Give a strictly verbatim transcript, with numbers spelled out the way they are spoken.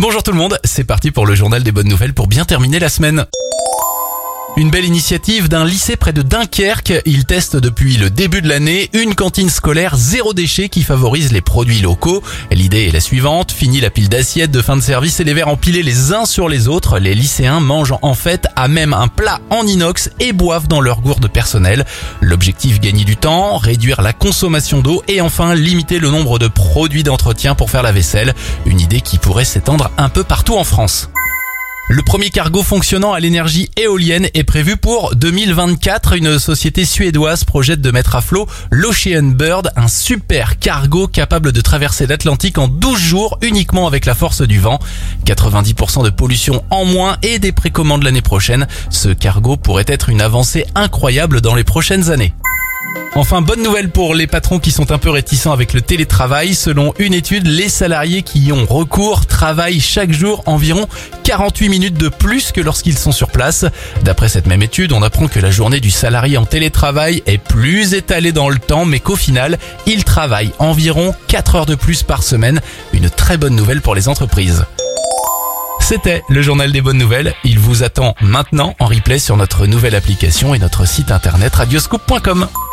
Bonjour tout le monde, c'est parti pour le journal des bonnes nouvelles pour bien terminer la semaine. Une belle initiative d'un lycée près de Dunkerque. Il teste depuis le début de l'année une cantine scolaire zéro déchet qui favorise les produits locaux. L'idée est la suivante, fini la pile d'assiettes de fin de service et les verres empilés les uns sur les autres. Les lycéens mangent en fait à même un plat en inox et boivent dans leur gourde personnelle. L'objectif, gagner du temps, réduire la consommation d'eau et enfin limiter le nombre de produits d'entretien pour faire la vaisselle. Une idée qui pourrait s'étendre un peu partout en France. Le premier cargo fonctionnant à l'énergie éolienne est prévu pour deux mille vingt-quatre. Une société suédoise projette de mettre à flot l'Ocean Bird, un super cargo capable de traverser l'Atlantique en douze jours uniquement avec la force du vent. quatre-vingt-dix pour cent de pollution en moins et des précommandes l'année prochaine. Ce cargo pourrait être une avancée incroyable dans les prochaines années. Enfin, bonne nouvelle pour les patrons qui sont un peu réticents avec le télétravail. Selon une étude, les salariés qui y ont recours travaillent chaque jour environ quarante-huit minutes de plus que lorsqu'ils sont sur place. D'après cette même étude, on apprend que la journée du salarié en télétravail est plus étalée dans le temps, mais qu'au final, il travaille environ quatre heures de plus par semaine. Une très bonne nouvelle pour les entreprises. C'était le journal des bonnes nouvelles. Il vous attend maintenant en replay sur notre nouvelle application et notre site internet radioscoop point com.